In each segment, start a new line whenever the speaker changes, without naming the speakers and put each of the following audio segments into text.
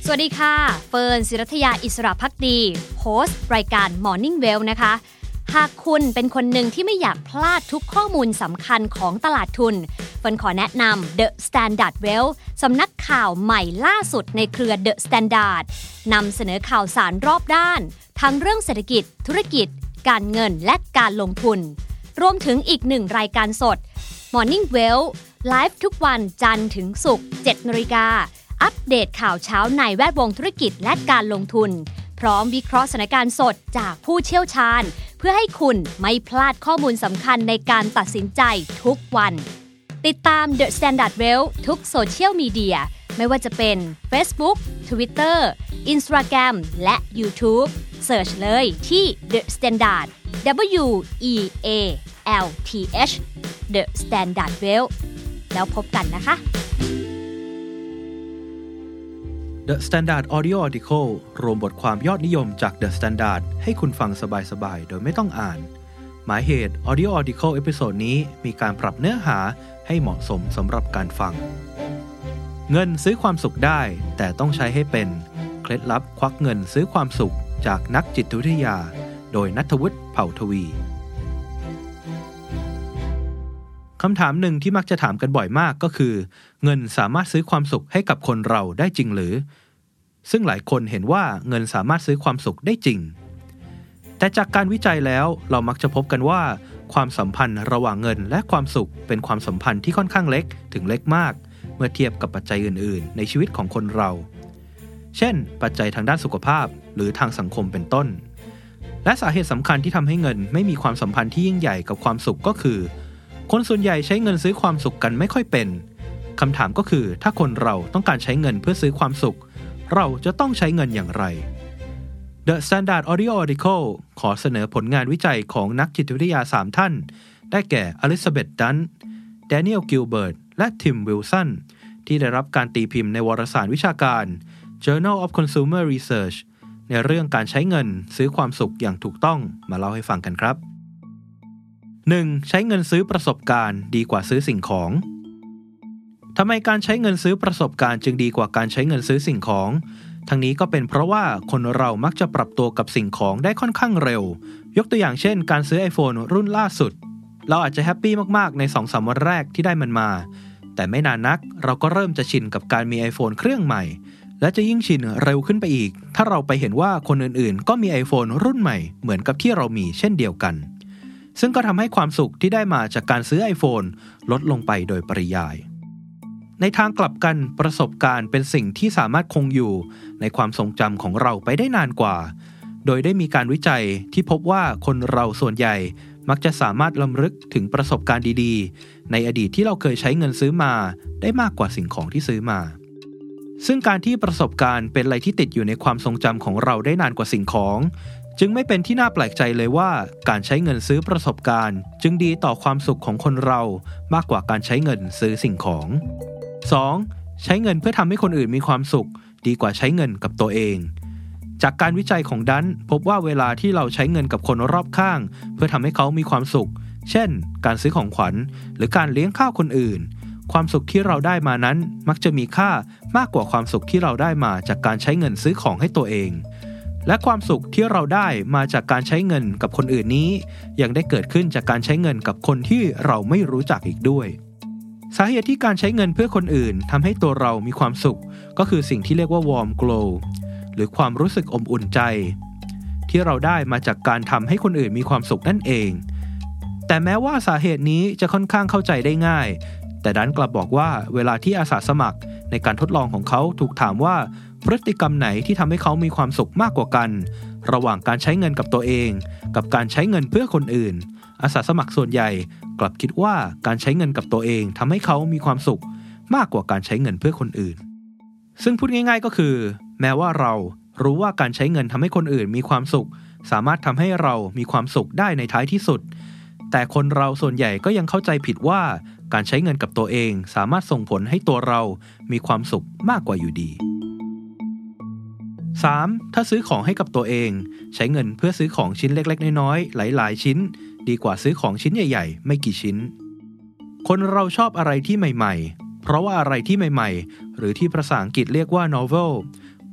สวัสดีค่ะเฟิร์นศิรัทยาอิสระภักดีโฮสต์รายการ Morning Well นะคะหากคุณเป็นคนหนึ่งที่ไม่อยากพลาดทุกข้อมูลสำคัญของตลาดทุนเฟิร์นขอแนะนำ The Standard Well สำนักข่าวใหม่ล่าสุดในเครือ The Standard นำเสนอข่าวสารรอบด้านทั้งเรื่องเศรษฐกิจธุรกิจการเงินและการลงทุนรวมถึงอีกหนึ่งรายการสด Morning Well ไลฟ์ทุกวันจันทร์ถึงศุกร์ 7:00 น.อัปเดตข่าวเช้าในแวดวงธุรกิจและการลงทุนพร้อมวิเคราะห์สถานการณ์สดจากผู้เชี่ยวชาญเพื่อให้คุณไม่พลาดข้อมูลสำคัญในการตัดสินใจทุกวันติดตาม The Standard Well ทุกโซเชียลมีเดียไม่ว่าจะเป็น Facebook Twitter Instagram และ YouTube เสิร์ชเลยที่ The Standard WEALTH The Standard Well แล้วพบกันนะคะ
The Standard Audio Article รวมบทความยอดนิยมจาก The Standard ให้คุณฟังสบายๆโดยไม่ต้องอ่านหมายเหตุ Audio Article เอพิโซดนี้มีการปรับเนื้อหาให้เหมาะสมสำหรับการฟังเงินซื้อความสุขได้แต่ต้องใช้ให้เป็นเคล็ดลับควักเงินซื้อความสุขจากนักจิตวิทยาโดยณัฐวุฒิเผ่าทวีคำถามหนึ่งที่มักจะถามกันบ่อยมากก็คือเงินสามารถซื้อความสุขให้กับคนเราได้จริงหรือซึ่งหลายคนเห็นว่าเงินสามารถซื้อความสุขได้จริงแต่จากการวิจัยแล้วเรามักจะพบกันว่าความสัมพันธ์ระหว่างเงินและความสุขเป็นความสัมพันธ์ที่ค่อนข้างเล็กถึงเล็กมากเมื่อเทียบกับปัจจัยอื่นๆในชีวิตของคนเราเช่นปัจจัยทางด้านสุขภาพหรือทางสังคมเป็นต้นและสาเหตุสำคัญที่ทำให้เงินไม่มีความสัมพันธ์ที่ยิ่งใหญ่กับความสุขก็คือคนส่วนใหญ่ใช้เงินซื้อความสุขกันไม่ค่อยเป็นคำถามก็คือถ้าคนเราต้องการใช้เงินเพื่อซื้อความสุขเราจะต้องใช้เงินอย่างไร The Standard Audio Article ขอเสนอผลงานวิจัยของนักจิตวิทยา3ท่านได้แก่อลิซาเบธ ดันต์แดเนียล กิลเบิร์ตและทิม วิลสันที่ได้รับการตีพิมพ์ในวารสารวิชาการ Journal of Consumer Research ในเรื่องการใช้เงินซื้อความสุขอย่างถูกต้องมาเล่าให้ฟังกันครับ1. ใช้เงินซื้อประสบการณ์ดีกว่าซื้อสิ่งของทำไมการใช้เงินซื้อประสบการณ์จึงดีกว่าการใช้เงินซื้อสิ่งของทั้งนี้ก็เป็นเพราะว่าคนเรามักจะปรับตัวกับสิ่งของได้ค่อนข้างเร็วยกตัวอย่างเช่นการซื้อ iPhone รุ่นล่าสุดเราอาจจะแฮปปี้มากๆใน 2-3 วันแรกที่ได้มันมาแต่ไม่นานนักเราก็เริ่มจะชินกับการมี iPhone เครื่องใหม่และจะยิ่งชินเร็วขึ้นไปอีกถ้าเราไปเห็นว่าคนอื่นๆก็มี iPhone รุ่นใหม่เหมือนกับที่เรามีเช่นเดียวกันซึ่งก็ทำให้ความสุขที่ได้มาจากการซื้อ iPhone ลดลงไปโดยปริยายในทางกลับกันประสบการณ์เป็นสิ่งที่สามารถคงอยู่ในความทรงจำของเราไปได้นานกว่าโดยได้มีการวิจัยที่พบว่าคนเราส่วนใหญ่มักจะสามารถรำลึกถึงประสบการณ์ดีๆในอดีตที่เราเคยใช้เงินซื้อมาได้มากกว่าสิ่งของที่ซื้อมาซึ่งการที่ประสบการณ์เป็นอะไรที่ติดอยู่ในความทรงจำของเราได้นานกว่าสิ่งของจึงไม่เป็นที่น่าแปลกใจเลยว่าการใช้เงินซื้อประสบการณ์จึงดีต่อความสุขของคนเรามากกว่าการใช้เงินซื้อสิ่งของ 2. ใช้เงินเพื่อทำให้คนอื่นมีความสุขดีกว่าใช้เงินกับตัวเองจากการวิจัยของดันพบว่าเวลาที่เราใช้เงินกับคนรอบข้างเพื่อทำให้เขามีความสุขเช่นการซื้อของขวัญหรือการเลี้ยงข้าวคนอื่นความสุขที่เราได้มานั้นมักจะมีค่ามากกว่าความสุขที่เราได้มาจากการใช้เงินซื้อของให้ตัวเองและความสุขที่เราได้มาจากการใช้เงินกับคนอื่นนี้ยังได้เกิดขึ้นจากการใช้เงินกับคนที่เราไม่รู้จักอีกด้วยสาเหตุที่การใช้เงินเพื่อคนอื่นทำให้ตัวเรามีความสุขก็คือสิ่งที่เรียกว่า warm glow หรือความรู้สึกอบอุ่นใจที่เราได้มาจากการทำให้คนอื่นมีความสุขนั่นเองแต่แม้ว่าสาเหตุนี้จะค่อนข้างเข้าใจได้ง่ายแต่ดันกลับบอกว่าเวลาที่อาสาสมัครในการทดลองของเขาถูกถามว่าพฤติกรรมไหนที่ทำให้เขามีความสุขมากกว่ากันระหว่างการใช้เงินกับตัวเองกับการใช้เงินเพื่อคนอื่นอาสาสมัครส่วนใหญ่กลับคิดว่าการใช้เงินกับตัวเองทำให้เขามีความสุขมากกว่าการใช้เงินเพื่อคนอื่นซึ่งพูดง่ายๆก็คือแม้ว่าเรารู้ว่าการใช้เงินทำให้คนอื่นมีความสุขสามารถทำให้เรามีความสุขได้ในท้ายที่สุดแต่คนเราส่วนใหญ่ก็ยังเข้าใจผิดว่าการใช้เงินกับตัวเองสามารถส่งผลให้ตัวเรามีความสุขมากกว่าอยู่ดี 3. ถ้าซื้อของให้กับตัวเองใช้เงินเพื่อซื้อของชิ้นเล็กๆน้อยๆหลายๆชิ้นดีกว่าซื้อของชิ้นใหญ่ๆไม่กี่ชิ้นคนเราชอบอะไรที่ใหม่ๆเพราะว่าอะไรที่ใหม่ๆหรือที่ภาษาอังกฤษเรียกว่า novel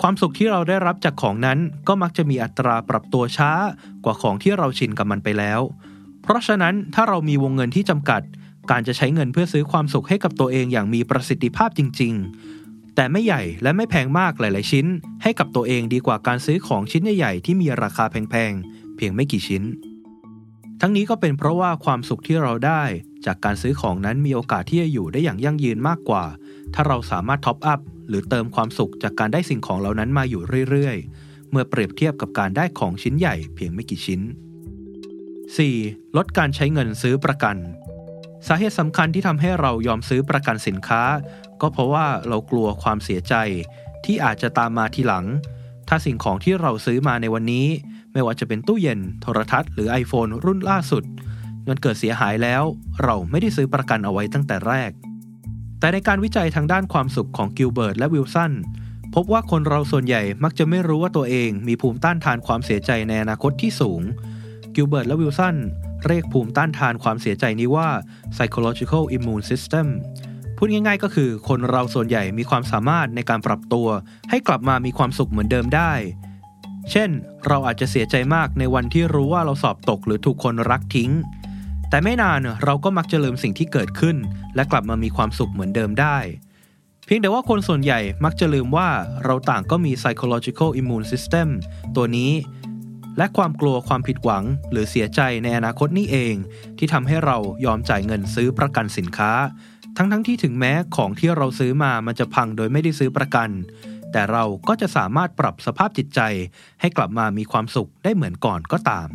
ความสุขที่เราได้รับจากของนั้นก็มักจะมีอัตราปรับตัวช้ากว่าของที่เราชินกับมันไปแล้วเพราะฉะนั้นถ้าเรามีวงเงินที่จำกัดการจะใช้เงินเพื่อซื้อความสุขให้กับตัวเองอย่างมีประสิทธิภาพจริงๆแต่ไม่ใหญ่และไม่แพงมากหลายๆชิ้นให้กับตัวเองดีกว่าการซื้อของชิ้นใหญ่ๆที่มีราคาแพงๆเพียงไม่กี่ชิ้นทั้งนี้ก็เป็นเพราะว่าความสุขที่เราได้จากการซื้อของนั้นมีโอกาสที่จะอยู่ได้อย่างยั่งยืนมากกว่าถ้าเราสามารถท็อปอัพหรือเติมความสุขจากการได้สิ่งของเหล่านั้นมาอยู่เรื่อยๆเมื่อเปรียบเทียบกับการได้ของชิ้นใหญ่เพียงไม่กี่ชิ้น 4. ลดการใช้เงินซื้อประกันสาเหตุสำคัญที่ทำให้เรายอมซื้อประกันสินค้าก็เพราะว่าเรากลัวความเสียใจที่อาจจะตามมาทีหลังถ้าสิ่งของที่เราซื้อมาในวันนี้ไม่ว่าจะเป็นตู้เย็นโทรทัศน์หรือ iPhone รุ่นล่าสุดมันเกิดเสียหายแล้วเราไม่ได้ซื้อประกันเอาไว้ตั้งแต่แรกแต่ในการวิจัยทางด้านความสุขของกิลเบิร์ตและวิลสันพบว่าคนเราส่วนใหญ่มักจะไม่รู้ว่าตัวเองมีภูมิต้านทานความเสียใจในอนาคตที่สูงกิลเบิร์ตและวิลสันเรียกภูมิต้านทานความเสียใจนี้ว่า psychological immune system พูดง่ายๆก็คือคนเราส่วนใหญ่มีความสามารถในการปรับตัวให้กลับมามีความสุขเหมือนเดิมได้เช่นเราอาจจะเสียใจมากในวันที่รู้ว่าเราสอบตกหรือถูกคนรักทิ้งแต่ไม่นานเราก็มักจะลืมสิ่งที่เกิดขึ้นและกลับมามีความสุขเหมือนเดิมได้เพียงแต่ว่าคนส่วนใหญ่มักจะลืมว่าเราต่างก็มี psychological immune system ตัวนี้และความกลัวความผิดหวังหรือเสียใจในอนาคตนี่เองที่ทำให้เรายอมจ่ายเงินซื้อประกันสินค้าทั้งที่ถึงแม้ของที่เราซื้อมามันจะพังโดยไม่ได้ซื้อประกันแต่เราก็จะสามารถปรับสภาพจิตใจให้กลับมามีความสุขได้เหมือนก่อนก็ตาม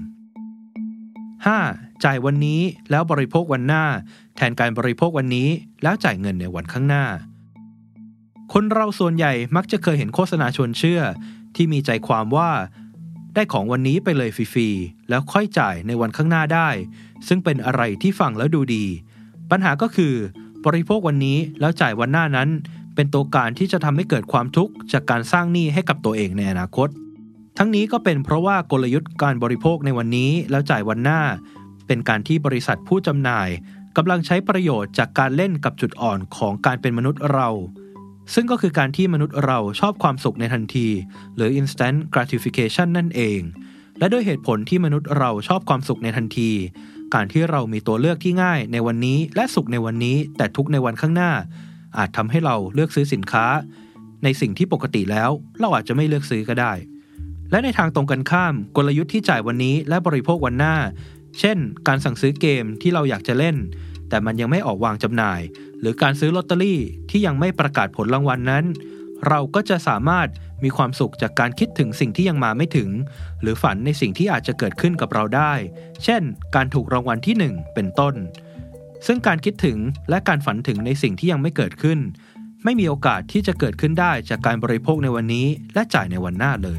5. จ่ายวันนี้แล้วบริโภควันหน้าแทนการบริโภควันนี้แล้วจ่ายเงินในวันข้างหน้าคนเราส่วนใหญ่มักจะเคยเห็นโฆษณาชวนเชื่อที่มีใจความว่าได้ของวันนี้ไปเลยฟรีๆแล้วค่อยจ่ายในวันข้างหน้าได้ซึ่งเป็นอะไรที่ฟังแล้วดูดีปัญหาก็คือบริโภควันนี้แล้วจ่ายวันหน้านั้นเป็นตัวการที่จะทำให้เกิดความทุกข์จากการสร้างหนี้ให้กับตัวเองในอนาคตทั้งนี้ก็เป็นเพราะว่ากลยุทธ์การบริโภคในวันนี้แล้วจ่ายวันหน้าเป็นการที่บริษัทผู้จำหน่ายกำลังใช้ประโยชน์จากการเล่นกับจุดอ่อนของการเป็นมนุษย์เราซึ่งก็คือการที่มนุษย์เราชอบความสุขในทันทีหรือ instant gratification นั่นเองและด้วยเหตุผลที่มนุษย์เราชอบความสุขในทันทีการที่เรามีตัวเลือกที่ง่ายในวันนี้และสุขในวันนี้แต่ทุกข์ในวันข้างหน้าอาจทำให้เราเลือกซื้อสินค้าในสิ่งที่ปกติแล้วเราอาจจะไม่เลือกซื้อก็ได้และในทางตรงกันข้ามกลยุทธ์ที่จ่ายวันนี้และบริโภควันหน้าเช่นการสั่งซื้อเกมที่เราอยากจะเล่นแต่มันยังไม่ออกวางจำหน่ายหรือการซื้อลอตเตอรี่ที่ยังไม่ประกาศผลรางวัลนั้นเราก็จะสามารถมีความสุขจากการคิดถึงสิ่งที่ยังมาไม่ถึงหรือฝันในสิ่งที่อาจจะเกิดขึ้นกับเราได้เช่นการถูกรางวัลที่1เป็นต้นซึ่งการคิดถึงและการฝันถึงในสิ่งที่ยังไม่เกิดขึ้นไม่มีโอกาสที่จะเกิดขึ้นได้จากการบริโภคในวันนี้และจ่ายในวันหน้าเลย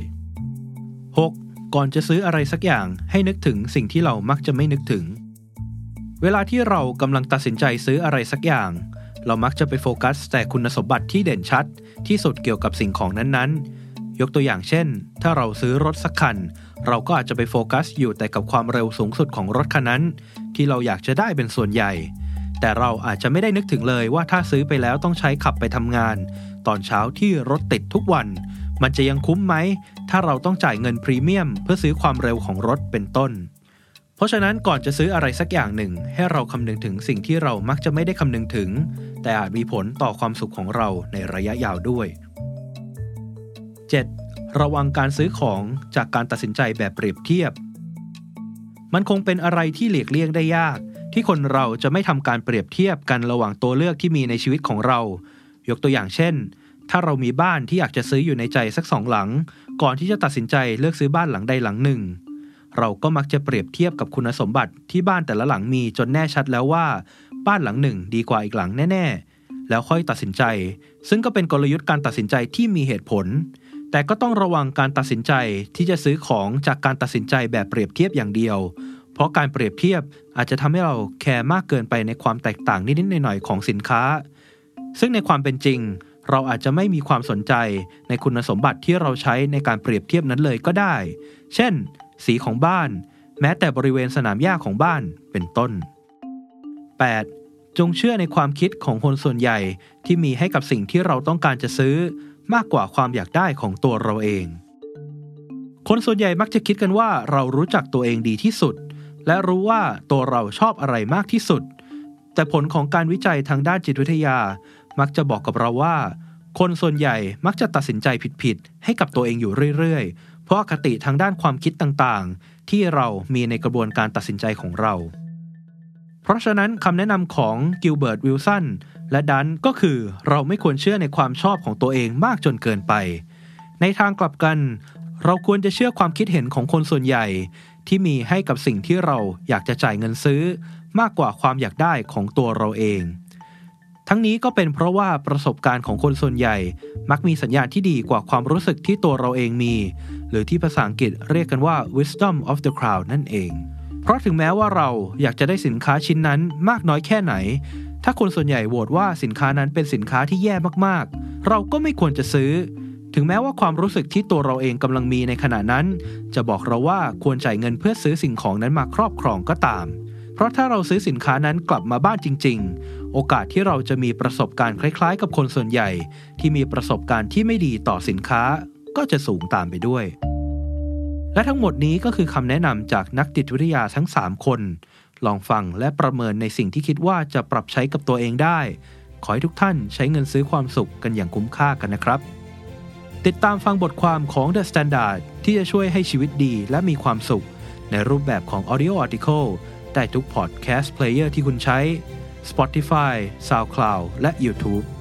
6. ก่อนจะซื้ออะไรสักอย่างให้นึกถึงสิ่งที่เรามักจะไม่นึกถึงเวลาที่เรากำลังตัดสินใจซื้ออะไรสักอย่างเรามักจะไปโฟกัสแต่คุณสมบัติที่เด่นชัดที่สุดเกี่ยวกับสิ่งของนั้นๆยกตัวอย่างเช่นถ้าเราซื้อรถสักคันเราก็อาจจะไปโฟกัสอยู่แต่กับความเร็วสูงสุดของรถคันนั้นที่เราอยากจะได้เป็นส่วนใหญ่แต่เราอาจจะไม่ได้นึกถึงเลยว่าถ้าซื้อไปแล้วต้องใช้ขับไปทำงานตอนเช้าที่รถติดทุกวันมันจะยังคุ้มไหมถ้าเราต้องจ่ายเงินพรีเมียมเพื่อซื้อความเร็วของรถเป็นต้นเพราะฉะนั้นก่อนจะซื้ออะไรสักอย่างหนึ่งให้เราคำนึงถึงสิ่งที่เรามักจะไม่ได้คำนึงถึงแต่อาจมีผลต่อความสุขของเราในระยะยาวด้วย 7. ระวังการซื้อของจากการตัดสินใจแบบเปรียบเทียบมันคงเป็นอะไรที่หลีกเลี่ยงได้ยากที่คนเราจะไม่ทำการเปรียบเทียบกันระหว่างตัวเลือกที่มีในชีวิตของเรายกตัวอย่างเช่นถ้าเรามีบ้านที่อยากจะซื้ออยู่ในใจสัก2หลังก่อนที่จะตัดสินใจเลือกซื้อบ้านหลังใดหลังหนึ่งเราก็มักจะเปรียบเทียบกับคุณสมบัติที่บ้านแต่ละหลังมีจนแน่ชัดแล้วว่าบ้านหลังหนึ่งดีกว่าอีกหลังแน่ๆแล้วค่อยตัดสินใจซึ่งก็เป็นกลยุทธ์การตัดสินใจที่มีเหตุผลแต่ก็ต้องระวังการตัดสินใจที่จะซื้อของจากการตัดสินใจแบบเปรียบเทียบอย่างเดียวเพราะการเปรียบเทียบอาจจะทำให้เราแคร์มากเกินไปในความแตกต่างนิดๆหน่อยๆของสินค้าซึ่งในความเป็นจริงเราอาจจะไม่มีความสนใจในคุณสมบัติที่เราใช้ในการเปรียบเทียบนั้นเลยก็ได้เช่นสีของบ้านแม้แต่บริเวณสนามหญ้าของบ้านเป็นต้น 8. จงเชื่อในความคิดของคนส่วนใหญ่ที่มีให้กับสิ่งที่เราต้องการจะซื้อมากกว่าความอยากได้ของตัวเราเองคนส่วนใหญ่มักจะคิดกันว่าเรารู้จักตัวเองดีที่สุดและรู้ว่าตัวเราชอบอะไรมากที่สุดแต่ผลของการวิจัยทางด้านจิตวิทยามักจะบอกกับเราว่าคนส่วนใหญ่มักจะตัดสินใจผิดๆให้กับตัวเองอยู่เรื่อยๆเพราะอคติทางด้านความคิดต่างๆที่เรามีในกระบวนการตัดสินใจของเราเพราะฉะนั้นคำแนะนำของกิลเบิร์ตวิลสันและดันก็คือเราไม่ควรเชื่อในความชอบของตัวเองมากจนเกินไปในทางกลับกันเราควรจะเชื่อความคิดเห็นของคนส่วนใหญ่ที่มีให้กับสิ่งที่เราอยากจะจ่ายเงินซื้อมากกว่าความอยากได้ของตัวเราเองทั้งนี้ก็เป็นเพราะว่าประสบการณ์ของคนส่วนใหญ่มักมีสัญญาณที่ดีกว่าความรู้สึกที่ตัวเราเองมีหรือที่ภาษาอังกฤษเรียกกันว่า wisdom of the crowd นั่นเองเพราะถึงแม้ว่าเราอยากจะได้สินค้าชิ้นนั้นมากน้อยแค่ไหนถ้าคนส่วนใหญ่โหวตว่าสินค้านั้นเป็นสินค้าที่แย่มากๆเราก็ไม่ควรจะซื้อถึงแม้ว่าความรู้สึกที่ตัวเราเองกำลังมีในขณะนั้นจะบอกเราว่าควรจ่ายเงินเพื่อซื้อสิ่งของนั้นมาครอบครองก็ตามเพราะถ้าเราซื้อสินค้านั้นกลับมาบ้านจริงๆโอกาสที่เราจะมีประสบการณ์คล้ายๆกับคนส่วนใหญ่ที่มีประสบการณ์ที่ไม่ดีต่อสินค้าก็จะสูงตามไปด้วยและทั้งหมดนี้ก็คือคำแนะนำจากนักจิตวิทยาทั้ง3คนลองฟังและประเมินในสิ่งที่คิดว่าจะปรับใช้กับตัวเองได้ขอให้ทุกท่านใช้เงินซื้อความสุขกันอย่างคุ้มค่ากันนะครับติดตามฟังบทความของ The Standard ที่จะช่วยให้ชีวิตดีและมีความสุขในรูปแบบของ Audio Article ได้ทุก Podcast Player ที่คุณใช้ Spotify, SoundCloud และ YouTube